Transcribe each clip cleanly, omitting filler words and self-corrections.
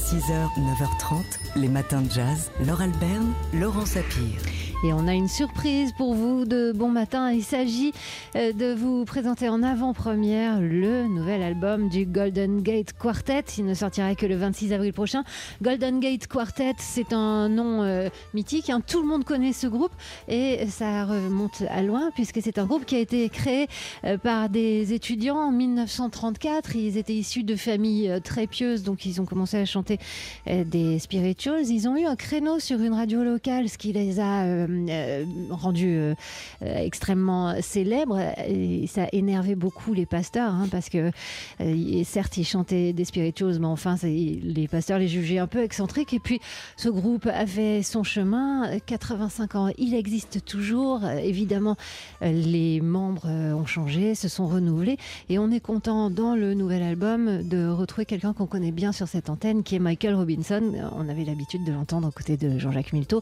6h, 9h30, les matins de jazz. Laure Alberne, Laurent Sapir. Et on a une surprise pour vous de bon matin. Il s'agit de vous présenter en avant-première le nouvel album du Golden Gate Quartet. Il ne sortira que le 26 avril prochain. Golden Gate Quartet, c'est un nom mythique. Tout le monde connaît ce groupe et ça remonte à loin puisque c'est un groupe qui a été créé par des étudiants en 1934. Ils étaient issus de familles très pieuses, donc ils ont commencé à chanter des spirituals. Ils ont eu un créneau sur une radio locale, ce qui les a rendu extrêmement célèbre, et ça a énervé beaucoup les pasteurs parce que certes ils chantaient des spirituals, mais enfin les pasteurs les jugeaient un peu excentriques. Et puis ce groupe a fait son chemin, 85 ans, il existe toujours. Évidemment les membres ont changé, se sont renouvelés, et on est content dans le nouvel album de retrouver quelqu'un qu'on connaît bien sur cette antenne, qui est Michael Robinson. On avait l'habitude de l'entendre aux côtés de Jean-Jacques Milteau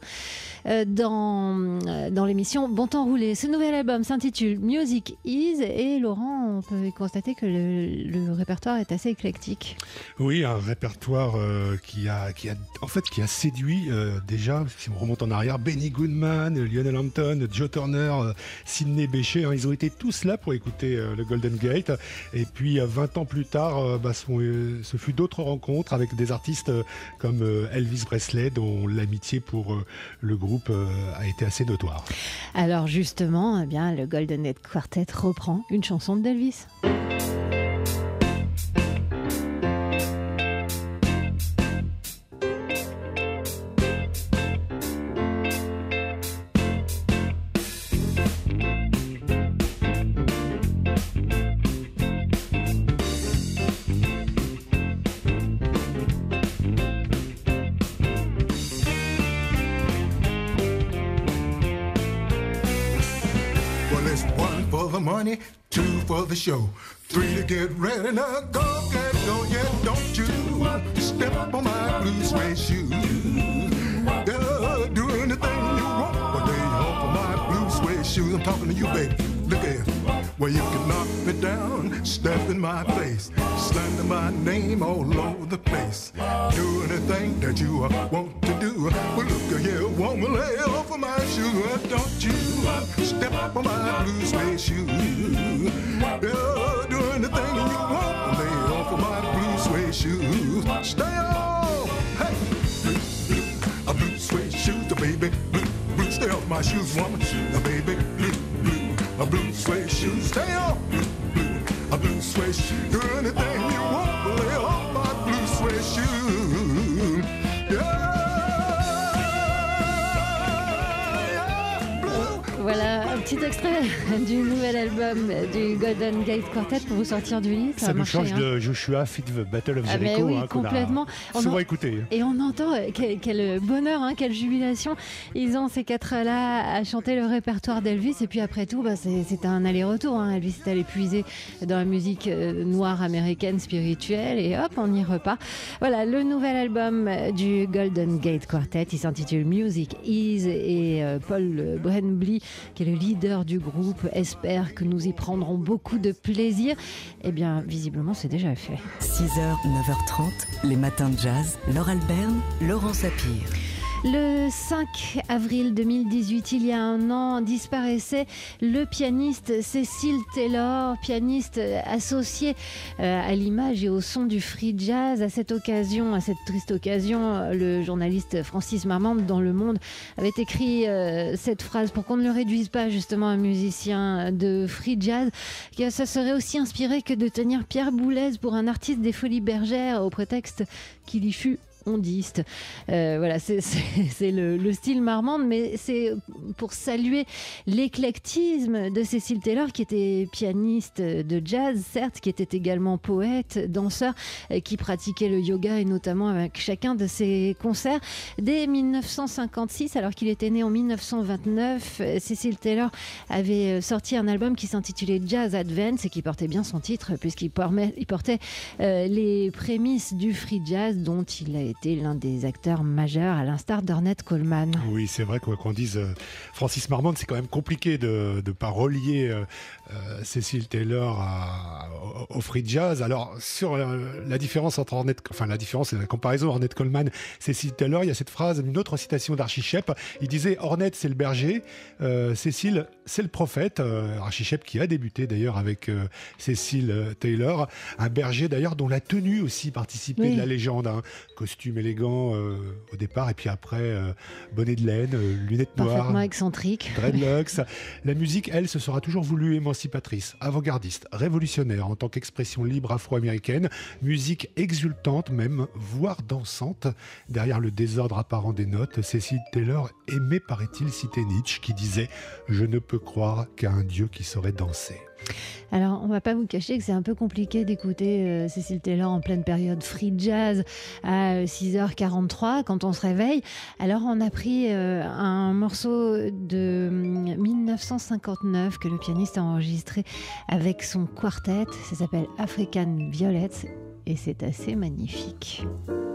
dans l'émission Bon Temps Roulé. Ce nouvel album s'intitule Music Is, et Laurent, on peut constater que le répertoire est assez éclectique. Oui, un répertoire qui a séduit déjà, si on remonte en arrière, Benny Goodman, Lionel Hampton, Joe Turner, Sidney Bechet, ils ont été tous là pour écouter le Golden Gate. Et puis 20 ans plus tard, ce fut d'autres rencontres avec des artistes comme Elvis Presley, dont l'amitié pour le groupe a été assez notoire. Alors justement, le Golden Gate Quartet reprend une chanson d'Elvis. For the money, 2 for the show, 3 to get ready. Now go, yeah, don't you step on my blue suede shoe. Do anything you want, but lay off of my blue suede shoes. I'm talking to you, baby. Look at it. Well, you can knock me down, step in my face, slander my name all over the place. Do anything that you want to do. Well, look here, woman, lay off of my shoes. Don't you step on my blue suede shoes. Do anything you want, lay off of my blue suede shoes. Stay off, hey, blue, blue suede shoes, baby, blue, stay off my shoes, woman, baby, blue suede shoes, stay off, blue suede shoes. Do anything you want, but lay off my blue suede shoes. Voilà un petit extrait du nouvel album du Golden Gate Quartet pour vous sortir du lit. Ça nous change de Joshua Fit the Battle of Jericho, oui, complètement. On a souvent écouté. Et on entend quel bonheur, quelle jubilation ils ont, ces quatre-là, à chanter le répertoire d'Elvis. Et puis après tout, c'est un aller-retour. Elvis est allé puiser dans la musique noire américaine spirituelle, et hop, on y repart. Voilà, le nouvel album du Golden Gate Quartet, il s'intitule Music Is, et Paul Brenbly, qui est le leader du groupe, espère que nous y prendrons beaucoup de plaisir. Eh bien, visiblement, c'est déjà fait. 6h, 9h30, les matins de jazz. Laure Alberne, Laurent Sapir. Le 5 avril 2018, il y a un an, disparaissait le pianiste Cecil Taylor, pianiste associé à l'image et au son du free jazz. À cette triste occasion, le journaliste Francis Marmande dans Le Monde avait écrit cette phrase pour qu'on ne le réduise pas justement à un musicien de free jazz. Ça serait aussi inspiré que de tenir Pierre Boulez pour un artiste des Folies Bergères au prétexte qu'il y fut ondiste. Voilà, c'est le style Marmande, mais c'est pour saluer l'éclectisme de Cecil Taylor, qui était pianiste de jazz, certes, qui était également poète, danseur, qui pratiquait le yoga, et notamment avec chacun de ses concerts. Dès 1956, alors qu'il était né en 1929, Cecil Taylor avait sorti un album qui s'intitulait Jazz Advance, et qui portait bien son titre, puisqu'il portait les prémices du free jazz, dont il a été été l'un des acteurs majeurs, à l'instar d'Ornette Coleman. Oui, c'est vrai qu'on dise Francis Marmont, c'est quand même compliqué de ne pas relier Cecil Taylor au free jazz. Alors, sur la différence entre la différence et la comparaison Ornette Coleman, Cecil Taylor, il y a cette phrase, une autre citation d'Archie Shepp. Il disait Ornette, c'est le berger, Cecil, c'est le prophète. Archie Shepp qui a débuté d'ailleurs avec Cecil Taylor, un berger d'ailleurs dont la tenue aussi participait de la légende. Costume élégant au départ, et puis après bonnet de laine, lunettes noires. Parfaitement excentrique. Dreadlocks. La musique, elle, se sera toujours voulue émancipatrice, avant-gardiste, révolutionnaire en tant qu'expression libre afro-américaine, musique exultante même, voire dansante. Derrière le désordre apparent des notes, Cecil Taylor aimait, paraît-il, citer Nietzsche qui disait « Je ne peux croire qu'à un Dieu qui saurait danser ». Alors, on ne va pas vous cacher que c'est un peu compliqué d'écouter Cecil Taylor en pleine période free jazz à 6h43 quand on se réveille. Alors, on a pris un morceau de 1959 que le pianiste a enregistré avec son quartet. Ça s'appelle African Violets et c'est assez magnifique.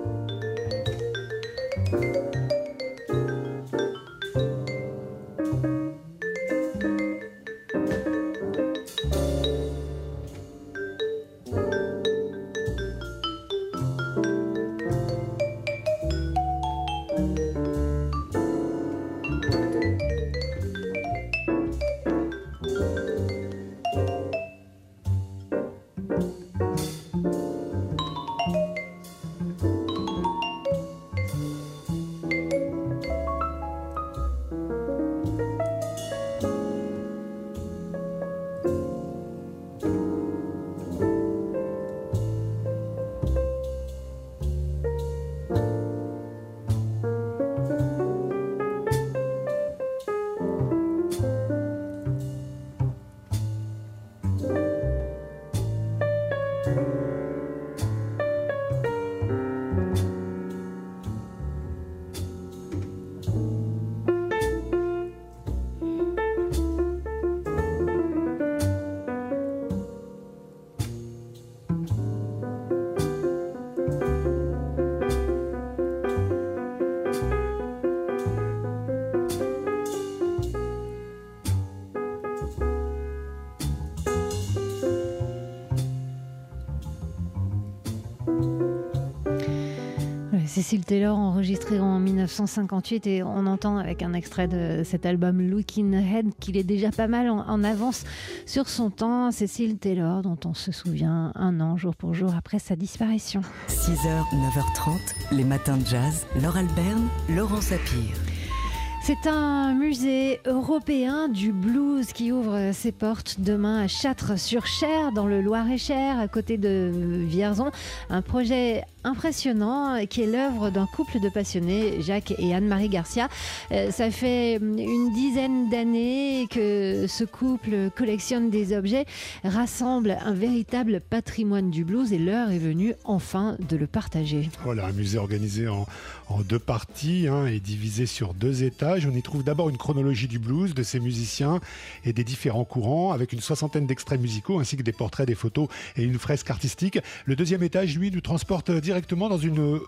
Cecil Taylor enregistré en 1958 et on entend avec un extrait de cet album Looking Ahead qu'il est déjà pas mal en avance sur son temps. Cecil Taylor dont on se souvient un an jour pour jour après sa disparition. 6h, 9h30, les matins de jazz. Laure Alberne, Laurent Sapir. C'est un musée européen du blues qui ouvre ses portes demain à Châtres-sur-Cher, dans le Loir-et-Cher, à côté de Vierzon. Un projet impressionnant qui est l'œuvre d'un couple de passionnés, Jacques et Anne-Marie Garcia. Ça fait une dizaine d'années que ce couple collectionne des objets, rassemble un véritable patrimoine du blues et l'heure est venue enfin de le partager. Voilà, un musée organisé en deux parties et divisé sur 2 étages. On y trouve d'abord une chronologie du blues, de ses musiciens et des différents courants, avec une 60aine d'extraits musicaux ainsi que des portraits, des photos et une fresque artistique. Le 2e étage, lui, nous transporte directement dans une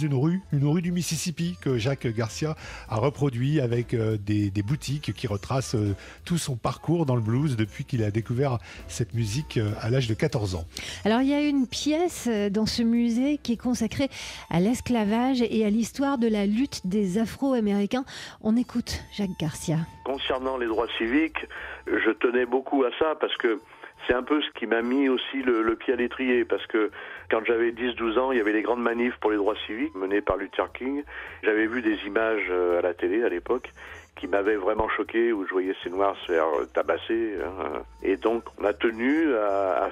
rue du Mississippi que Jacques Garcia a reproduit avec des boutiques qui retracent tout son parcours dans le blues depuis qu'il a découvert cette musique à l'âge de 14 ans. Alors il y a une pièce dans ce musée qui est consacrée à l'esclavage et à l'histoire de la lutte des Afro-Américains. On écoute Jacques Garcia. Concernant les droits civiques, je tenais beaucoup à ça parce que c'est un peu ce qui m'a mis aussi le pied à l'étrier, parce que quand j'avais 10-12 ans, il y avait les grandes manifs pour les droits civiques menées par Luther King. J'avais vu des images à la télé à l'époque qui m'avaient vraiment choqué, où je voyais ces Noirs se faire tabasser. Et donc on a tenu à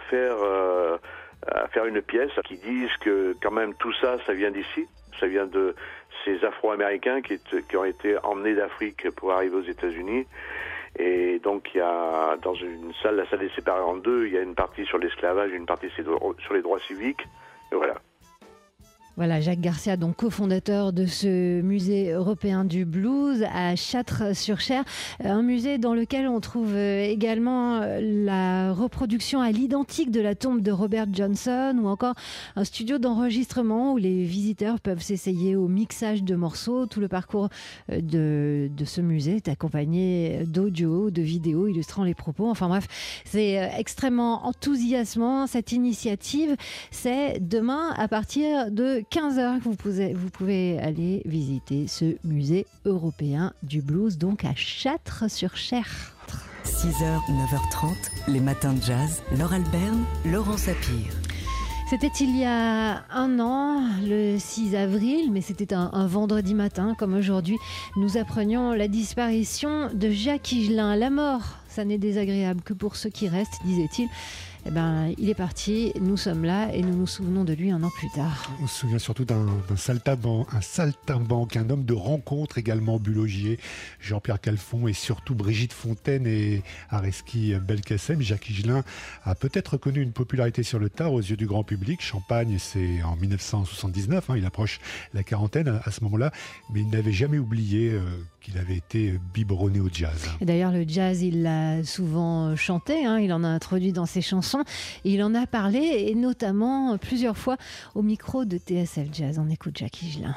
faire une pièce qui dise que quand même tout ça, ça vient d'ici. Ça vient de ces Afro-Américains qui ont été emmenés d'Afrique pour arriver aux États-Unis. Et donc il y a dans une salle, la salle est séparée en 2, il y a une partie sur l'esclavage et une partie sur les droits civiques. Et voilà. Voilà, Jacques Garcia, donc cofondateur de ce musée européen du blues à Châtres-sur-Cher, un musée dans lequel on trouve également la reproduction à l'identique de la tombe de Robert Johnson ou encore un studio d'enregistrement où les visiteurs peuvent s'essayer au mixage de morceaux. Tout le parcours de ce musée est accompagné d'audio, de vidéos illustrant les propos. Enfin bref, c'est extrêmement enthousiasmant cette initiative. C'est demain à partir de 15h que vous pouvez aller visiter ce musée européen du blues, donc à Châtres-sur-Cher. 6h, 9h30, les matins de jazz. Laure Alberne, Laurent Sapir. C'était il y a un an, le 6 avril, mais c'était un vendredi matin, comme aujourd'hui. Nous apprenions la disparition de Jacques Higelin. La mort, ça n'est désagréable que pour ceux qui restent, disait-il. Eh ben, il est parti, nous sommes là et nous nous souvenons de lui un an plus tard. On se souvient surtout d'un saltimbanque, un homme de rencontre également, Bulogier, Jean-Pierre Calfon et surtout Brigitte Fontaine et Areski Belkacem. Jacques Higelin a peut-être connu une popularité sur le tard aux yeux du grand public. Champagne, c'est en 1979, il approche la quarantaine à ce moment-là, mais il n'avait jamais oublié qu'il avait été biberonné au jazz. Et d'ailleurs, le jazz, il l'a souvent chanté, il en a introduit dans ses chansons, et il en a parlé, et notamment plusieurs fois au micro de TSF Jazz. On écoute Jacques Higelin.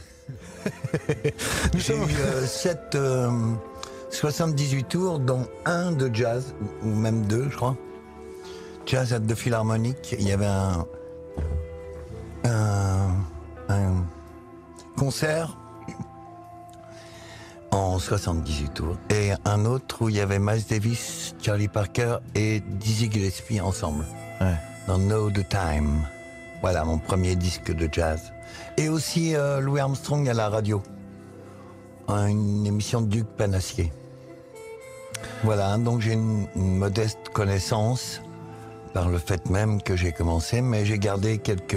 J'ai eu 78 tours, dont un de jazz, ou même 2, je crois. Jazz à the Philharmonic. Il y avait un concert en 78 tours. Et un autre où il y avait Miles Davis, Charlie Parker et Dizzy Gillespie ensemble. Ouais. Dans Know the Time. Voilà, mon premier disque de jazz. Et aussi Louis Armstrong à la radio. Une émission de Duc Panassier. Voilà, donc j'ai une modeste connaissance par le fait même que j'ai commencé, mais j'ai gardé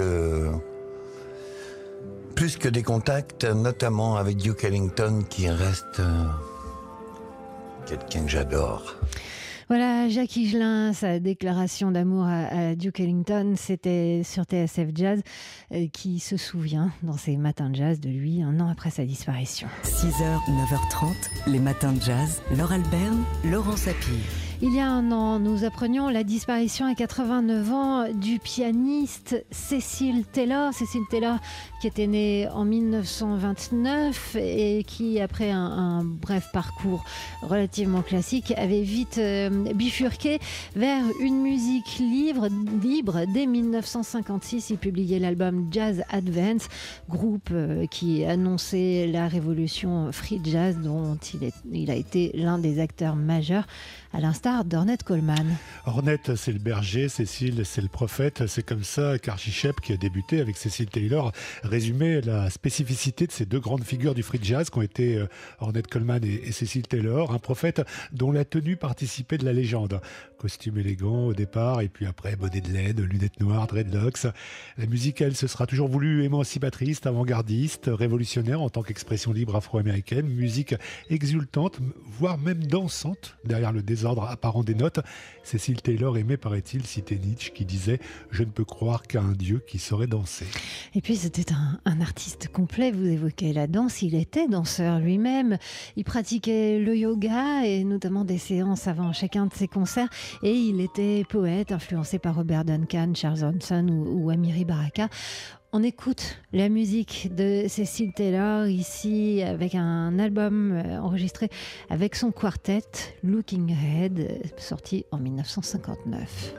plus que des contacts, notamment avec Duke Ellington, qui reste quelqu'un que j'adore. Voilà, Jacques Higelin, sa déclaration d'amour à Duke Ellington, c'était sur TSF Jazz, qui se souvient dans ses matins de jazz de lui un an après sa disparition. 6h, 9h30, les matins de jazz. Laure Alberne, Laurent Sapir. Il y a un an, nous apprenions la disparition à 89 ans du pianiste Cecil Taylor. Cecil Taylor qui était né en 1929 et qui, après un bref parcours relativement classique, avait vite bifurqué vers une musique libre. Dès 1956, il publiait l'album Jazz Advance, groupe qui annonçait la révolution free jazz dont il a été l'un des acteurs majeurs, à l'instar d'Ornette Coleman. Ornette, c'est le berger, Cécile, c'est le prophète. C'est comme ça qu'Archie Shepp, qui a débuté avec Cecil Taylor, résumait la spécificité de ces deux grandes figures du free jazz qui ont été Ornette Coleman et Cecil Taylor. Un prophète dont la tenue participait de la légende. Costume élégant au départ, et puis après bonnet de laine, lunettes noires, dreadlocks. La musique, elle, se sera toujours voulue émancipatrice, avant-gardiste, révolutionnaire en tant qu'expression libre afro-américaine. Musique exultante, voire même dansante, derrière le désordre apparent des notes. Cecil Taylor aimait, paraît-il, citer Nietzsche qui disait « Je ne peux croire qu'à un Dieu qui saurait danser ». Et puis c'était un artiste complet, vous évoquez la danse, il était danseur lui-même, il pratiquait le yoga et notamment des séances avant chacun de ses concerts, et il était poète, influencé par Robert Duncan, Charles Hanson ou Amiri Baraka. On écoute la musique de Cecil Taylor ici avec un album enregistré avec son quartet Looking Ahead, sorti en 1959.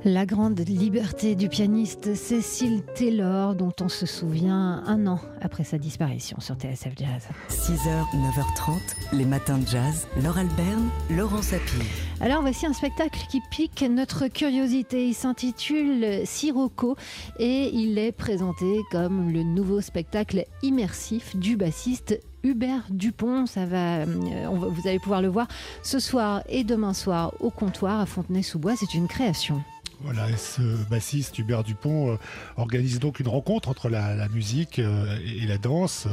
La grande liberté du pianiste Cecil Taylor, dont on se souvient un an après sa disparition sur TSF Jazz. 6h, 9h30, les matins de jazz. Laure Alberne, Laurent Sapir. Alors voici un spectacle qui pique notre curiosité. Il s'intitule Sirocco et il est présenté comme le nouveau spectacle immersif du bassiste Hubert Dupont. Vous allez pouvoir le voir ce soir et demain soir au Comptoir à Fontenay-sous-Bois. C'est une création. Voilà, et ce bassiste Hubert Dupont organise donc une rencontre entre la musique et la danse.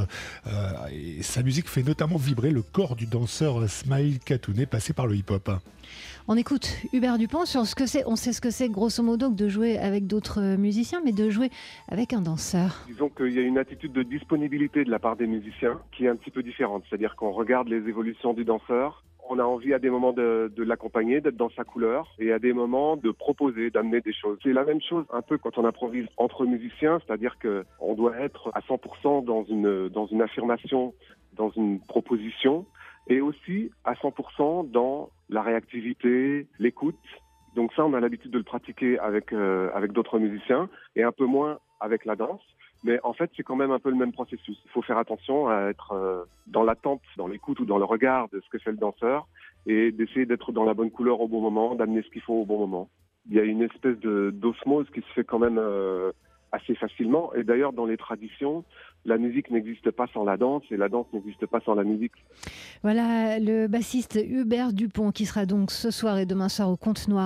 Et sa musique fait notamment vibrer le corps du danseur Smaïl Khatouneh, passé par le hip-hop. On écoute Hubert Dupont sur ce que c'est. On sait ce que c'est grosso modo que de jouer avec d'autres musiciens, mais de jouer avec un danseur. Disons qu'il y a une attitude de disponibilité de la part des musiciens qui est un petit peu différente. C'est-à-dire qu'on regarde les évolutions du danseur. On a envie à des moments de l'accompagner, d'être dans sa couleur, et à des moments de proposer, d'amener des choses. C'est la même chose un peu quand on improvise entre musiciens, c'est-à-dire qu'on doit être à 100% dans une affirmation, dans une proposition, et aussi à 100% dans la réactivité, l'écoute. Donc ça, on a l'habitude de le pratiquer avec d'autres musiciens, et un peu moins avec la danse. Mais en fait, c'est quand même un peu le même processus. Il faut faire attention à être dans l'attente, dans l'écoute ou dans le regard de ce que fait le danseur et d'essayer d'être dans la bonne couleur au bon moment, d'amener ce qu'il faut au bon moment. Il y a une espèce d'osmose qui se fait quand même assez facilement. Et d'ailleurs, dans les traditions, la musique n'existe pas sans la danse et la danse n'existe pas sans la musique. Voilà le bassiste Hubert Dupont qui sera donc ce soir et demain soir au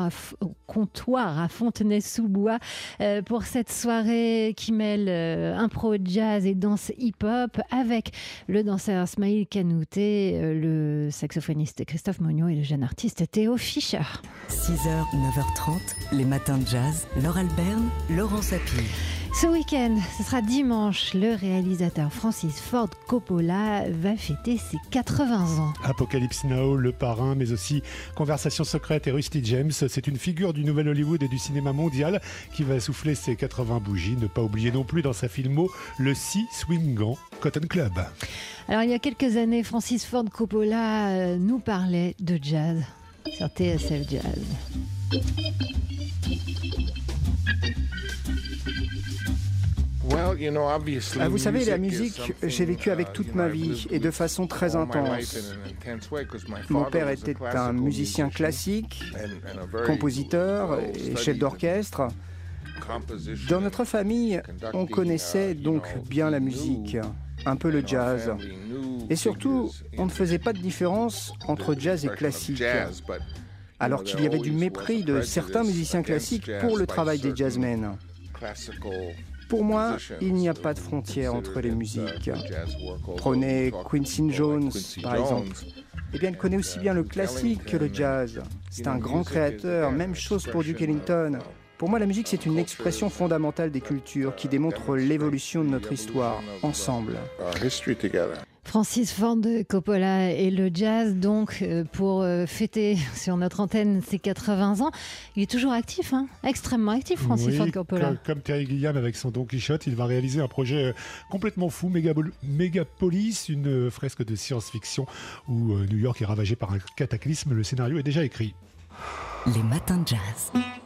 Comptoir à Fontenay-sous-Bois pour cette soirée qui mêle impro jazz et danse hip-hop avec le danseur Smaïl Khatouneh, le saxophoniste Christophe Monod et le jeune artiste Théo Fischer. 6h, 9h30, les matins de jazz. Laure Alberne, Laurent Sapir. Ce week-end, ce sera dimanche, le réalisateur Francis Ford Coppola va fêter ses 80 ans. Apocalypse Now, Le Parrain, mais aussi Conversation secrète et Rusty James. C'est une figure du nouvel Hollywood et du cinéma mondial qui va souffler ses 80 bougies. Ne pas oublier non plus dans sa filmo le si swingant Cotton Club. Alors il y a quelques années, Francis Ford Coppola nous parlait de jazz sur TSF Jazz. Vous savez, la musique, j'ai vécu avec toute ma vie et de façon très intense. Mon père était un musicien classique, compositeur et chef d'orchestre. Dans notre famille, on connaissait donc bien la musique, un peu le jazz. Et surtout, on ne faisait pas de différence entre jazz et classique. Alors qu'il y avait du mépris de certains musiciens classiques pour le travail des jazzmen. Pour moi, il n'y a pas de frontière entre les musiques. Prenez Quincy Jones, par exemple. Eh bien, il connaît aussi bien le classique que le jazz. C'est un grand créateur, même chose pour Duke Ellington. Pour moi, la musique, c'est une expression fondamentale des cultures qui démontre l'évolution de notre histoire, ensemble. Francis Ford Coppola et le jazz, donc, pour fêter sur notre antenne ses 80 ans. Il est toujours actif, extrêmement actif, Francis Ford Coppola. Comme Terry Gilliam avec son Don Quichotte, il va réaliser un projet complètement fou, Megapolis, une fresque de science-fiction où New York est ravagée par un cataclysme. Le scénario est déjà écrit. Les matins de jazz.